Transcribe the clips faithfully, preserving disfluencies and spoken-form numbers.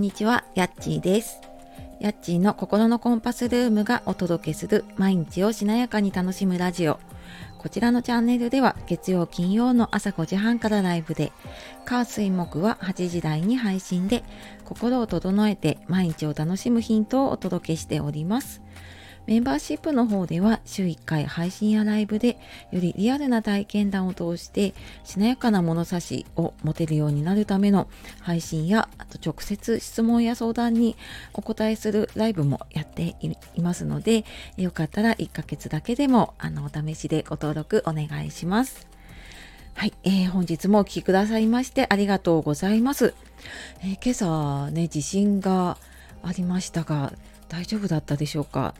にちは、やっちーです。やっちーの心のコンパスルームがお届けする毎日をしなやかに楽しむラジオ。こちらのチャンネルでは月曜金曜の朝ごじはんからライブで、火水木ははちじ台に配信で、心を整えて毎日を楽しむヒントをお届けしております。メンバーシップの方では週いっかい配信やライブでよりリアルな体験談を通してしなやかな物差しを持てるようになるための配信や、あと直接質問や相談にお答えするライブもやっていますので、よかったらいっかげつだけでもあのお試しでご登録お願いします。はい、えー、本日もお聞きくださいましてありがとうございます。えー、今朝ね地震がありましたが大丈夫だったでしょうか。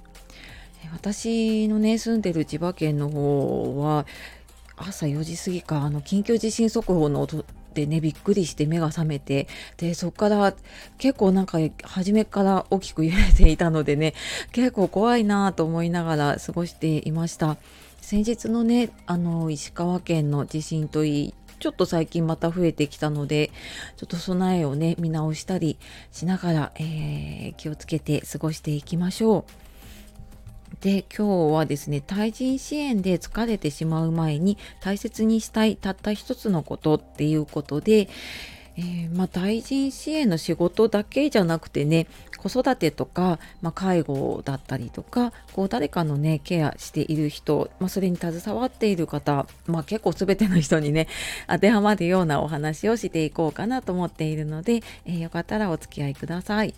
私のね住んでる千葉県の方は朝よじ過ぎかあの緊急地震速報の音でねびっくりして目が覚めて、でそこから結構なんか初めから大きく揺れていたのでね結構怖いなと思いながら過ごしていました。先日のねあの石川県の地震といいちょっと最近また増えてきたので、ちょっと備えをね見直したりしながら、えー、気をつけて過ごしていきましょう。で今日はですね、対人支援で疲れてしまう前に大切にしたいたった一つのことっていうことで、えーまあ、対人支援の仕事だけじゃなくてね、子育てとか、まあ、介護だったりとか、こう誰かのねケアしている人、まあ、それに携わっている方、まあ、結構全ての人にね当てはまるようなお話をしていこうかなと思っているので、えーよかったらお付き合いください。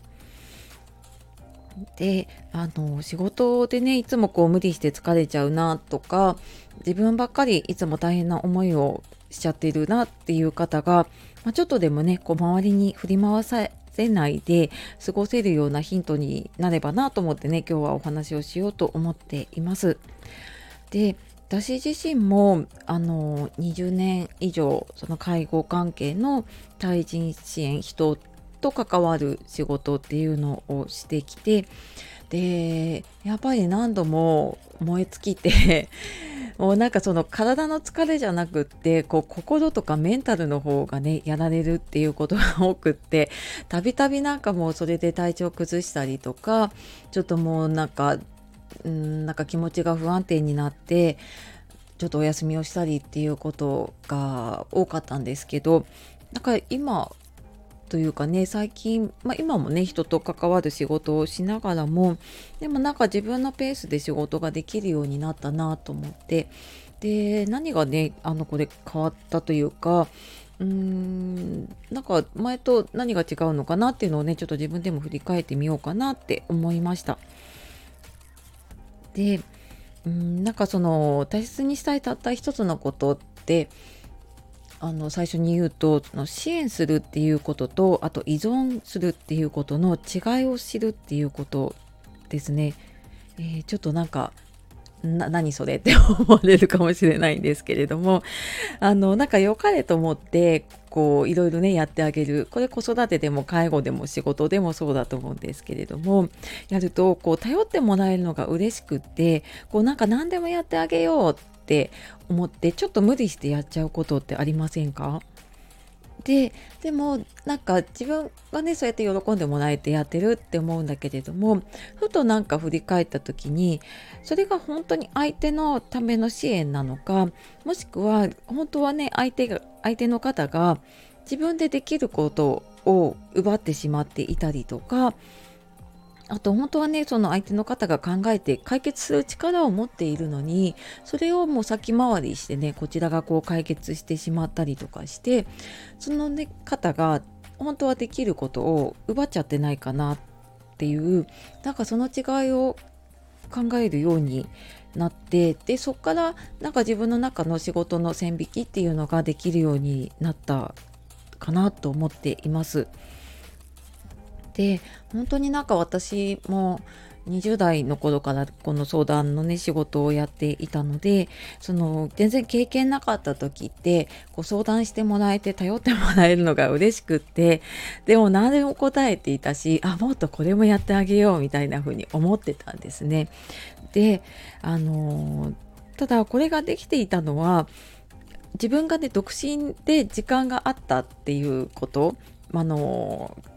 であの仕事でねいつもこう無理して疲れちゃうなとか、自分ばっかりいつも大変な思いをしちゃっているなっていう方が、まあ、ちょっとでもねこう周りに振り回されないで過ごせるようなヒントになればなと思ってね今日はお話をしようと思っています。で私自身もあのにじゅうねん以上その介護関係の対人支援、人と関わる仕事っていうのをしてきて、でやっぱり何度も燃え尽きてもうなんかその体の疲れじゃなくってこう心とかメンタルの方がねやられるっていうことが多くって、たびたびなんかもうそれで体調崩したりとか、ちょっともうなんかうんなんか気持ちが不安定になってちょっとお休みをしたりっていうことが多かったんですけど、なんか今というかね最近、まあ、今もね人と関わる仕事をしながらもでもなんか自分のペースで仕事ができるようになったなと思って、で何がねあのこれ変わったというか、うーんなんか前と何が違うのかなっていうのをねちょっと自分でも振り返ってみようかなって思いました。でうん、なんかその大切にしたいたった一つのことってあの最初に言うと、その支援するっていうこととあと依存するっていうことの違いを知るっていうことですね。えーちょっとなんかな何それって思われるかもしれないんですけれども、あのなんか良かれと思ってこういろいろねやってあげる、これ子育てでも介護でも仕事でもそうだと思うんですけれども、やるとこう頼ってもらえるのが嬉しくって、こうなんか何でもやってあげようって思ってちょっと無理してやっちゃうことってありませんか？で、でもなんか自分がねそうやって喜んでもらえてやってるって思うんだけれども、ふとなんか振り返った時にそれが本当に相手のための支援なのか、もしくは本当はね相手が相手の方が自分でできることを奪ってしまっていたりとか、あと本当はねその相手の方が考えて解決する力を持っているのに、それをもう先回りしてねこちらがこう解決してしまったりとかして、その、ね、方が本当はできることを奪っちゃってないかなっていう、なんかその違いを考えるようになって、でそこからなんか自分の中の仕事の線引きっていうのができるようになったかなと思っています。で本当になんか私もにじゅう代の頃からこの相談のね仕事をやっていたので、その全然経験なかった時ってこう相談してもらえて頼ってもらえるのが嬉しくって、でも何でも答えていたし、あもっとこれもやってあげようみたいな風に思ってたんですね。であのただこれができていたのは自分がね独身で時間があったっていうこと、あの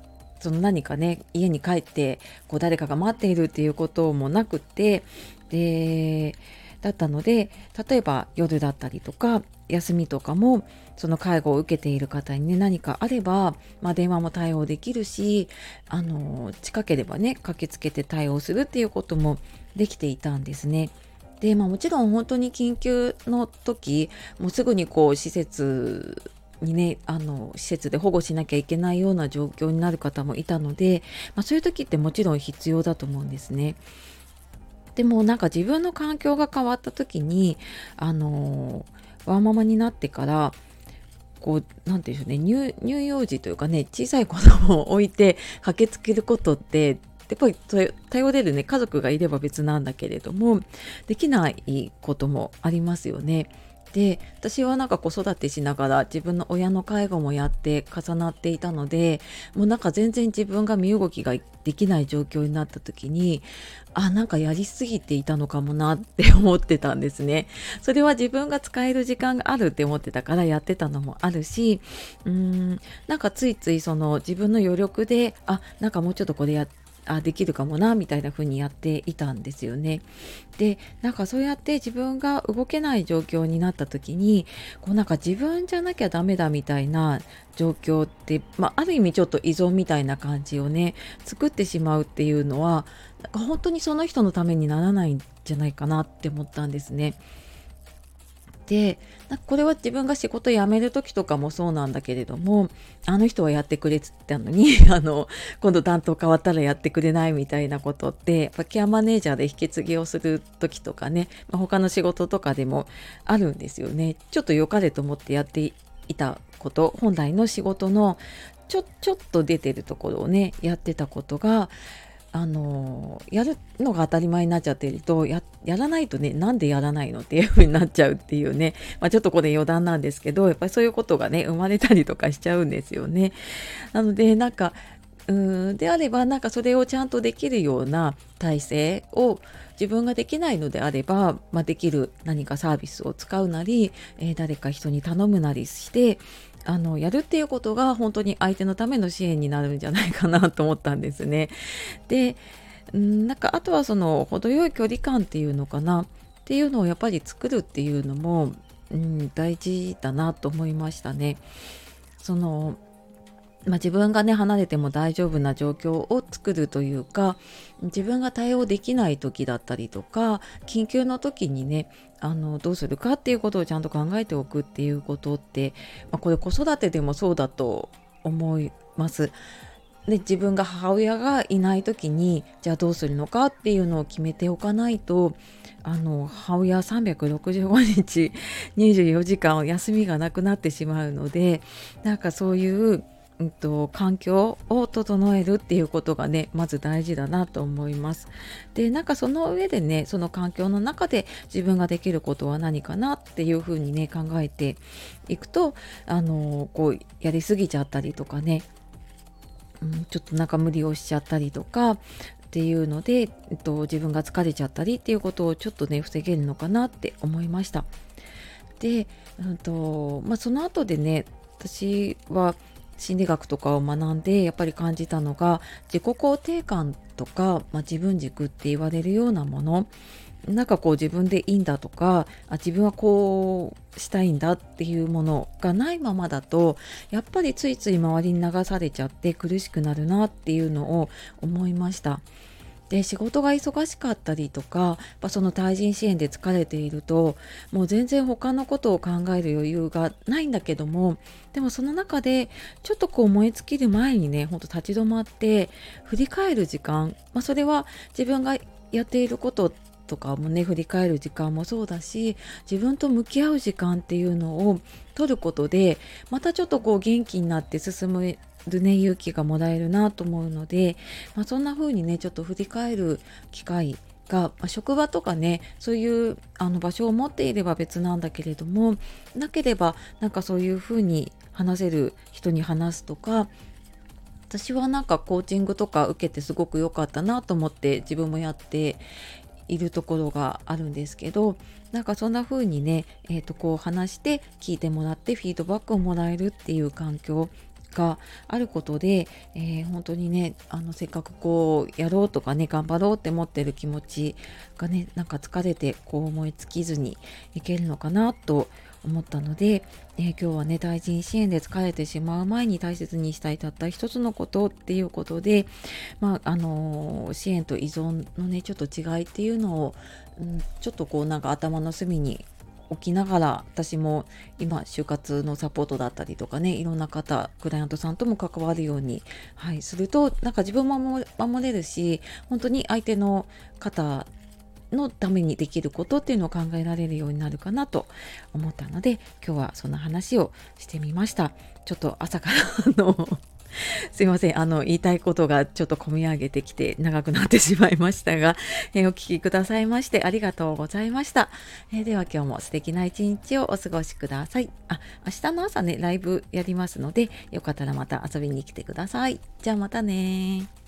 その何かね家に帰ってこう誰かが待っているっていうこともなくて、でだったので、例えば夜だったりとか休みとかもその介護を受けている方にね何かあれば、まあ、電話も対応できるし、あの近ければね駆けつけて対応するっていうこともできていたんですね。で、まあ、もちろん本当に緊急の時もうすぐにこう施設にねあの施設で保護しなきゃいけないような状況になる方もいたので、まあ、そういう時ってもちろん必要だと思うんですね。でもなんか自分の環境が変わった時にあのワーママになってからこうなんていうんでしょうね、乳乳幼児というかね小さい子供を置いて駆けつけることってやっぱり頼頼れるね家族がいれば別なんだけれどもできないこともありますよね。で、私はなんか子育てしながら自分の親の介護もやって重なっていたので、もうなんか全然自分が身動きができない状況になった時に、あ、なんかやりすぎていたのかもなって思ってたんですね。それは自分が使える時間があるって思ってたからやってたのもあるし、うーん、なんかついついその自分の余力で、あ、なんかもうちょっとこれやあできるかもなみたいな風にやっていたんですよね。で、なんかそうやって自分が動けない状況になった時に、こうなんか自分じゃなきゃダメだみたいな状況って、まあ、ある意味ちょっと依存みたいな感じをね、作ってしまうっていうのは、なんか本当にその人のためにならないんじゃないかなって思ったんですね。で、なんかこれは自分が仕事辞める時とかもそうなんだけれども、あの人はやってくれって言ったのにあの今度担当変わったらやってくれないみたいなことって、やっぱケアマネージャーで引き継ぎをする時とかね、まあ、他の仕事とかでもあるんですよね。ちょっと良かれと思ってやっていたこと、本来の仕事のちょちょっと出てるところをねやってたことが、あのやるのが当たり前になっちゃっていると、ややらないとね、なんでやらないのっていう風になっちゃうっていうね、まあ、ちょっとこれ余談なんですけど、やっぱりそういうことがね生まれたりとかしちゃうんですよね。なのでなんかうーんであれば、なんかそれをちゃんとできるような体制を自分ができないのであれば、まあ、できる何かサービスを使うなり、えー誰か人に頼むなりしてあのやるっていうことが本当に相手のための支援になるんじゃないかなと思ったんですね。で、うん、なんかあとはその程よい距離感っていうのかなっていうのをやっぱり作るっていうのも、うん、大事だなと思いましたね。そのまあ、自分がね離れても大丈夫な状況を作るというか、自分が対応できない時だったりとか緊急の時にねあのどうするかっていうことをちゃんと考えておくっていうことって、まあ、これ子育てでもそうだと思います。で、自分が母親がいない時にじゃあどうするのかっていうのを決めておかないと、あの母親さんびゃくろくじゅうごにちにじゅうよじかん休みがなくなってしまうので、なんかそういううんと、環境を整えるっていうことがねまず大事だなと思います。で、なんかその上でねその環境の中で自分ができることは何かなっていうふうにね考えていくと、あのこうやりすぎちゃったりとかね、うん、ちょっとなんか無理をしちゃったりとかっていうので、えっと、自分が疲れちゃったりっていうことをちょっとね防げるのかなって思いました。で、うんとまあ、その後でね私は心理学とかを学んでやっぱり感じたのが、自己肯定感とか、まあ、自分軸って言われるようなもの、なんかこう自分でいいんだとか、あ自分はこうしたいんだっていうものがないままだと、やっぱりついつい周りに流されちゃって苦しくなるなっていうのを思いました。で、仕事が忙しかったりとか、やっぱその対人支援で疲れていると、もう全然他のことを考える余裕がないんだけども、でもその中でちょっとこう燃え尽きる前にね、ほんと立ち止まって振り返る時間、まあ、それは自分がやっていることとかもね振り返る時間もそうだし、自分と向き合う時間っていうのを取ることで、またちょっとこう元気になって進むるね勇気がもらえるなと思うので、まあ、そんな風にねちょっと振り返る機会が、まあ、職場とかねそういうあの場所を持っていれば別なんだけれども、なければなんかそういう風に話せる人に話すとか、私はなんかコーチングとか受けてすごく良かったなと思って自分もやっているところがあるんですけど、なんかそんな風にね、えー、とこう話して聞いてもらってフィードバックをもらえるっていう環境があることで、えー本当にね、あのせっかくこうやろうとかね、頑張ろうって思ってる気持ちがね、なんか疲れてこう思いつきずにいけるのかなと思ったので、えー今日はね、対人支援で疲れてしまう前に大切にしたいたった一つのことっていうことで、まああのー支援と依存のね、ちょっと違いっていうのを、うん、ちょっとこうなんか頭の隅に置きながら、私も今就活のサポートだったりとかね、いろんな方クライアントさんとも関わるように、はい、するとなんか自分も守守れるし、本当に相手の方のためにできることっていうのを考えられるようになるかなと思ったので、今日はそんな話をしてみました。ちょっと朝からあのすいません。あの、言いたいことがちょっと込み上げてきて長くなってしまいましたが、えーお聞きくださいましてありがとうございました。えーでは今日も素敵な一日をお過ごしください。あ、明日の朝ね、ライブやりますので、よかったらまた遊びに来てください。じゃあまたね。